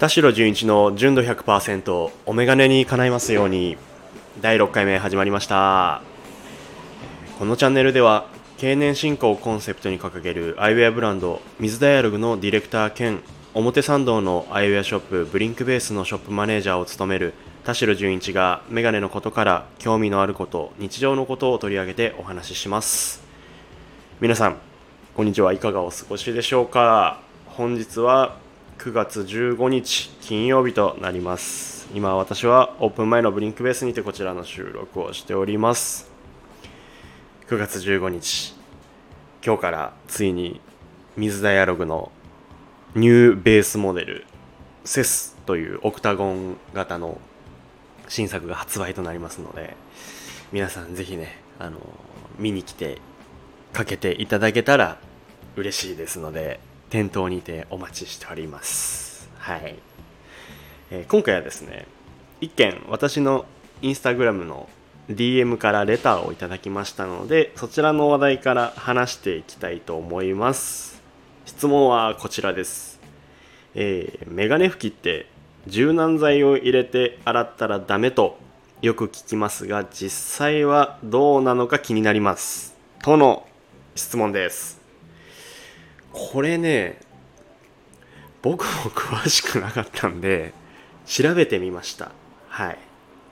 田代純一の純度 100% お眼鏡に叶いますように。第6回目始まりました。このチャンネルでは経年進化をコンセプトに掲げるアイウェアブランド水ダイアログのディレクター兼表参道のアイウェアショップブリンクベースのショップマネージャーを務める田代純一が眼鏡のことから興味のあること、日常のことを取り上げてお話しします。皆さんこんにちは。いかがお過ごしでしょうか。本日は9月15日金曜日となります。今私はオープン前のブリンクベースにてこちらの収録をしております。9月15日、今日からついに水ダイアログのニューベースモデルセスというオクタゴン型の新作が発売となりますので、皆さんぜひね見に来てかけていただけたら嬉しいですので、店頭にてお待ちしております。はい。今回はですね、一件私のインスタグラムの DM からレターをいただきましたので、そちらの話題から話していきたいと思います。質問はこちらです。メガネ拭きって柔軟剤を入れて洗ったらダメとよく聞きますが、実際はどうなのか気になりますとの質問です。これね、僕も詳しくなかったんで調べてみました。はい。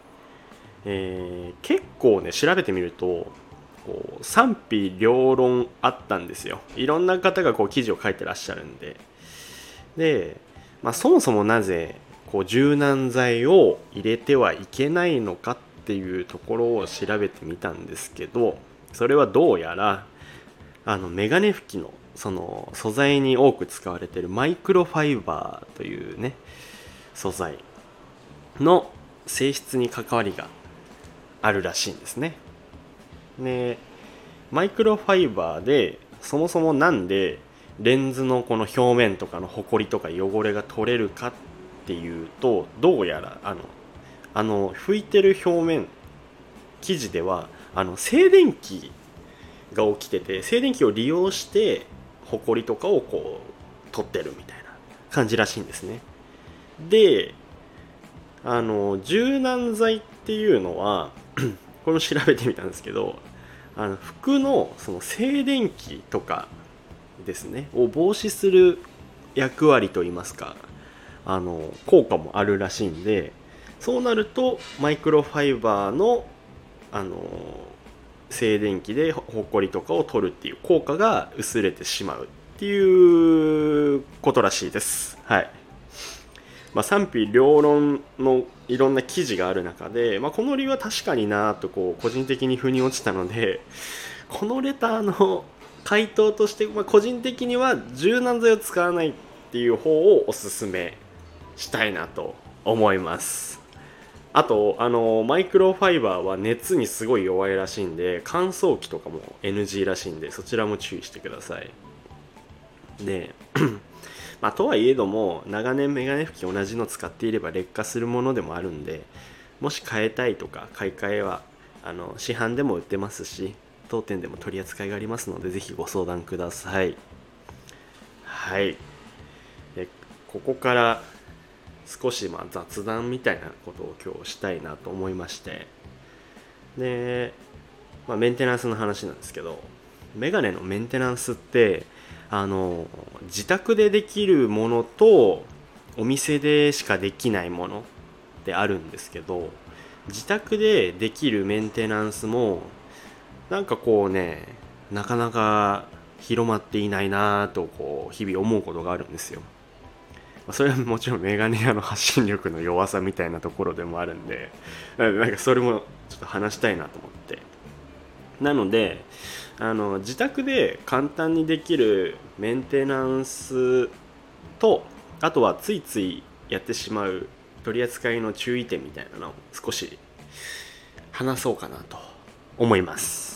結構ね調べてみるとこう賛否両論あったんですよ。いろんな方がこう記事を書いてらっしゃるんで、そもそもなぜこう柔軟剤を入れてはいけないのかっていうところを調べてみたんですけど、それはどうやらメガネ拭きのその素材に多く使われているマイクロファイバーというね素材の性質に関わりがあるらしいんですね。で、マイクロファイバーでそもそもなんでレンズのこの表面とかのホコリとか汚れが取れるかっていうと、どうやら拭いてる表面生地では静電気が起きてて、静電気を利用してホコリとかをこう取ってるみたいな感じらしいんですね。で、柔軟剤っていうのはこれも調べてみたんですけど、服のその静電気とかですねを防止する役割といいますか、効果もあるらしいんで、そうなるとマイクロファイバーの静電気でホコリとかを取るっていう効果が薄れてしまうっていうことらしいです。はい。賛否両論のいろんな記事がある中で、この理由は確かになとこう個人的に腑に落ちたので、このレターの回答として、個人的には柔軟剤を使わないっていう方をおすすめしたいなと思います。あとマイクロファイバーは熱にすごい弱いらしいんで、乾燥機とかも NG らしいんで、そちらも注意してください。でとはいえども長年メガネ拭き同じの使っていれば劣化するものでもあるんで、もし変えたいとか買い替えは市販でも売ってますし、当店でも取り扱いがありますので、ぜひご相談ください。はい。でここから少し雑談みたいなことを今日したいなと思いまして、で、メンテナンスの話なんですけど、メガネのメンテナンスって自宅でできるものとお店でしかできないものってあるんですけど、自宅でできるメンテナンスもなんかこうね、なかなか広まっていないなとこう日々思うことがあるんですよ。それはもちろんメガネ屋の発信力の弱さみたいなところでもあるんで、なんかそれもちょっと話したいなと思って、なので自宅で簡単にできるメンテナンスと、あとはついついやってしまう取り扱いの注意点みたいなのを少し話そうかなと思います。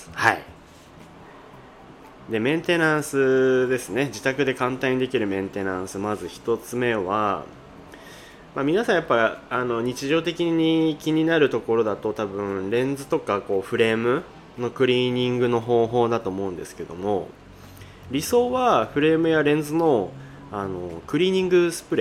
はい。で、メンテナンスですね。自宅で簡単にできるメンテナンス、まず一つ目は、皆さんやっぱ日常的に気になるところだと、多分レンズとかこうフレームのクリーニングの方法だと思うんですけども、理想はフレームやレンズのクリーニングスプレ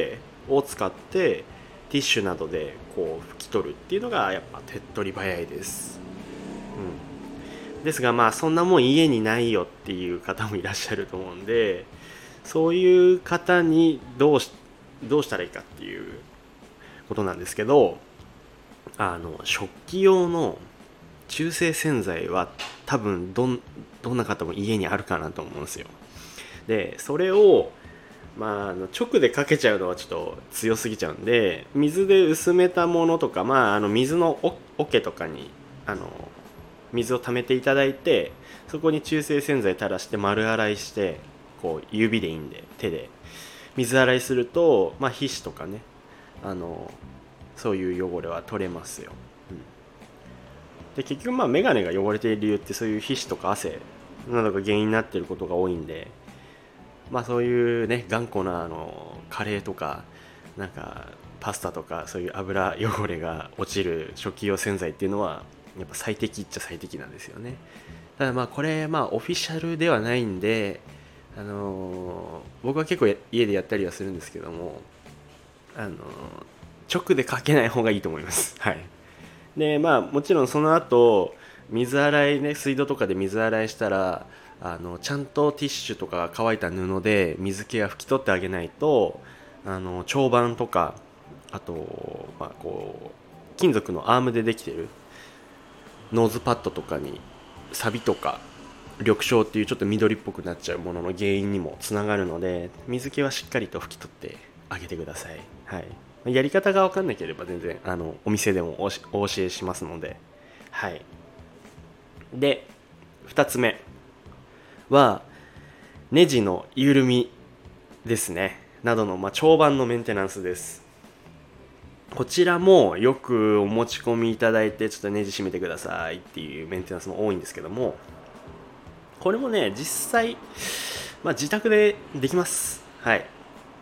を使ってティッシュなどでこう拭き取るっていうのがやっぱ手っ取り早いです、ですがまあそんなもん家にないよっていう方もいらっしゃると思うんで、そういう方にどうしたらいいかっていうことなんですけど、食器用の中性洗剤は多分どんな方も家にあるかなと思うんですよ。でそれを直でかけちゃうのはちょっと強すぎちゃうんで、水で薄めたものとか、水の桶とかに水を溜めていただいて、そこに中性洗剤垂らして丸洗いして、こう指でいいんで手で水洗いすると、皮脂とかね、そういう汚れは取れますよ、で結局メガネが汚れている理由ってそういう皮脂とか汗などが原因になっていることが多いんで、そういうね頑固なカレーとかなんかパスタとかそういう油汚れが落ちる食器用洗剤っていうのはやっぱ最適っちゃ最適なんですよね。ただこれオフィシャルではないんで、僕は結構家でやったりはするんですけども、直でかけない方がいいと思います。はい。でもちろんその後水洗いね、水道とかで水洗いしたらちゃんとティッシュとか乾いた布で水気が拭き取ってあげないと、長板とかあと、こう金属のアームでできているノーズパッドとかにサビとか緑青っていうちょっと緑っぽくなっちゃうものの原因にもつながるので、水気はしっかりと拭き取ってあげてください。はい。やり方が分かんなければ全然お店でもお教えしますので。はい。で2つ目はネジの緩みですね、などの長板のメンテナンスです。こちらもよくお持ち込みいただいて、ちょっとネジ締めてくださいっていうメンテナンスも多いんですけども、これもね実際、自宅でできます。はい。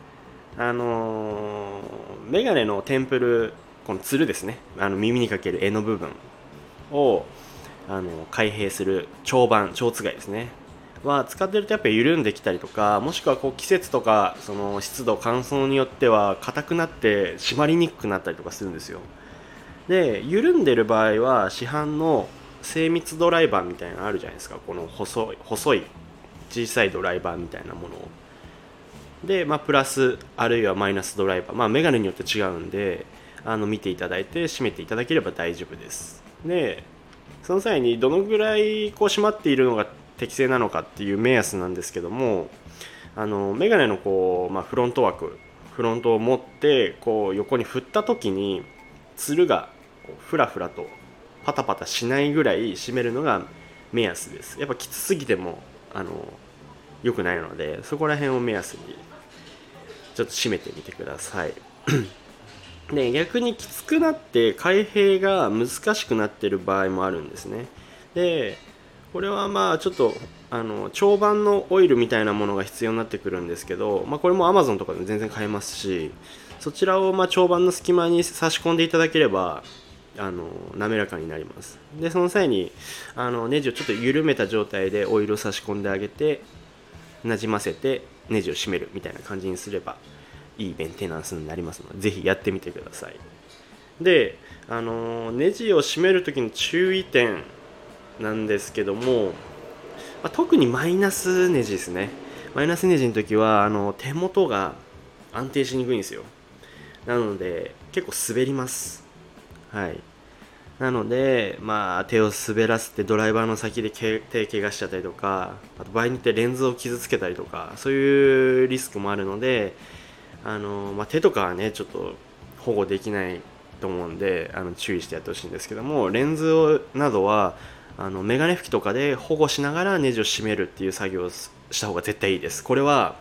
メガネのテンプル、このつるですね、耳にかける柄の部分を開閉する長つがいですねは使ってるとやっぱり緩んできたりとか、もしくはこう季節とかその湿度乾燥によっては硬くなって締まりにくくなったりとかするんですよ。で緩んでる場合は市販の精密ドライバーみたいなのあるじゃないですか、この細い小さいドライバーみたいなものをで、プラスあるいはマイナスドライバー、メガネによって違うんで見ていただいて締めていただければ大丈夫です。でその際にどのぐらいこう締まっているのが適正なのかっていう目安なんですけども、メガネのこう、フロントを持ってこう横に振った時につるがフラフラとパタパタしないぐらい締めるのが目安です。やっぱきつすぎても良くないので、そこら辺を目安にちょっと締めてみてください。で逆にきつくなって開閉が難しくなっている場合もあるんですね。でこれはちょっと長板のオイルみたいなものが必要になってくるんですけど、これも Amazon とかでも全然買えますし、そちらを長板の隙間に差し込んでいただければ滑らかになります。でその際にネジをちょっと緩めた状態でオイルを差し込んであげてなじませてネジを締めるみたいな感じにすればいいメンテナンスになりますので、ぜひやってみてください。でネジを締めるときの注意点なんですけども、特にマイナスネジですね。マイナスネジの時は手元が安定しにくいんですよ。なので結構滑ります。はい。なので手を滑らせてドライバーの先で手怪我しちゃったりとか、あと場合によってレンズを傷つけたりとか、そういうリスクもあるので手とかはねちょっと保護できないと思うんで注意してやってほしいんですけども、レンズなどはメガネ拭きとかで保護しながらネジを締めるっていう作業をした方が絶対いいです。これは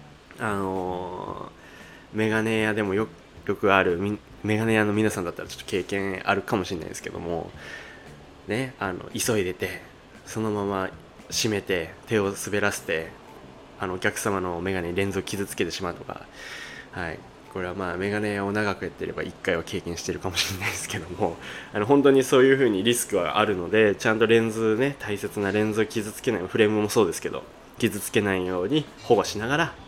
メガネ屋でもよくあるメガネ屋の皆さんだったらちょっと経験あるかもしれないですけどもね、急いでてそのまま締めて手を滑らせてお客様のメガネにレンズを傷つけてしまうとか、はい、これはメガネ屋を長くやってれば1回は経験してるかもしれないですけども本当にそういう風にリスクはあるので、ちゃんとレンズね、大切なレンズを傷つけない、フレームもそうですけど傷つけないように保護しながら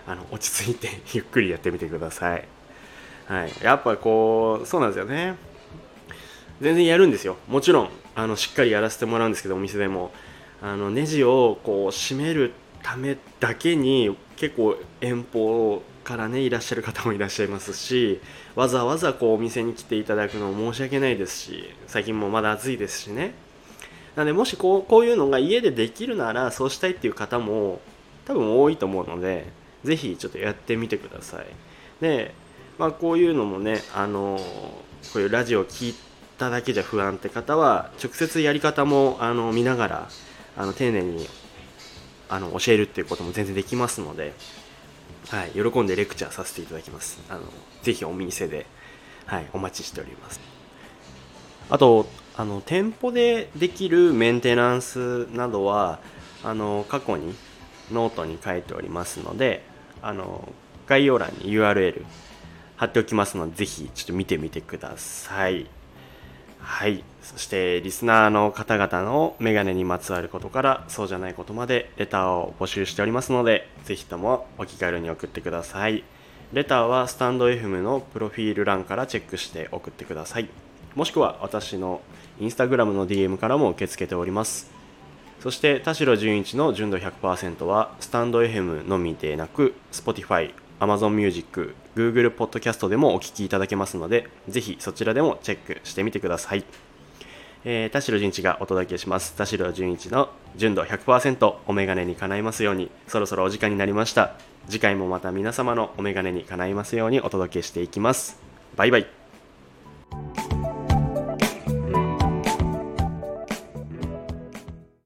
落ち着いてゆっくりやってみてください。はい、やっぱこうそうなんですよね。全然やるんですよ。もちろんしっかりやらせてもらうんですけど、お店でもネジをこう締めるためだけに結構遠方からねいらっしゃる方もいらっしゃいますし、わざわざこうお店に来ていただくのも申し訳ないですし、最近もまだ暑いですしね。なのでもしこういうのが家でできるならそうしたいっていう方も多分多いと思うので、ぜひちょっとやってみてください。で、こういうのもね、こういうラジオを聞いただけじゃ不安って方は直接やり方も見ながら丁寧に教えるっていうことも全然できますので、はい、喜んでレクチャーさせていただきます。ぜひお店で、はい、お待ちしております。あと店舗でできるメンテナンスなどは過去にノートに書いておりますので、概要欄に URL 貼っておきますので、ぜひちょっと見てみてください。はい、そしてリスナーの方々のメガネにまつわることからそうじゃないことまでレターを募集しておりますので、ぜひともお気軽に送ってください。レターはスタンド FM のプロフィール欄からチェックして送ってください。もしくは私のインスタグラムの DM からも受け付けております。そして田代純一の純度 100% はスタンド FM のみでなく Spotify、Amazon Music、Google Podcast でもお聞きいただけますので、ぜひそちらでもチェックしてみてください。田代純一がお届けします。田代純一の純度 100% お眼鏡に叶いますように。そろそろお時間になりました。次回もまた皆様のお眼鏡に叶いますようにお届けしていきます。バイバイ。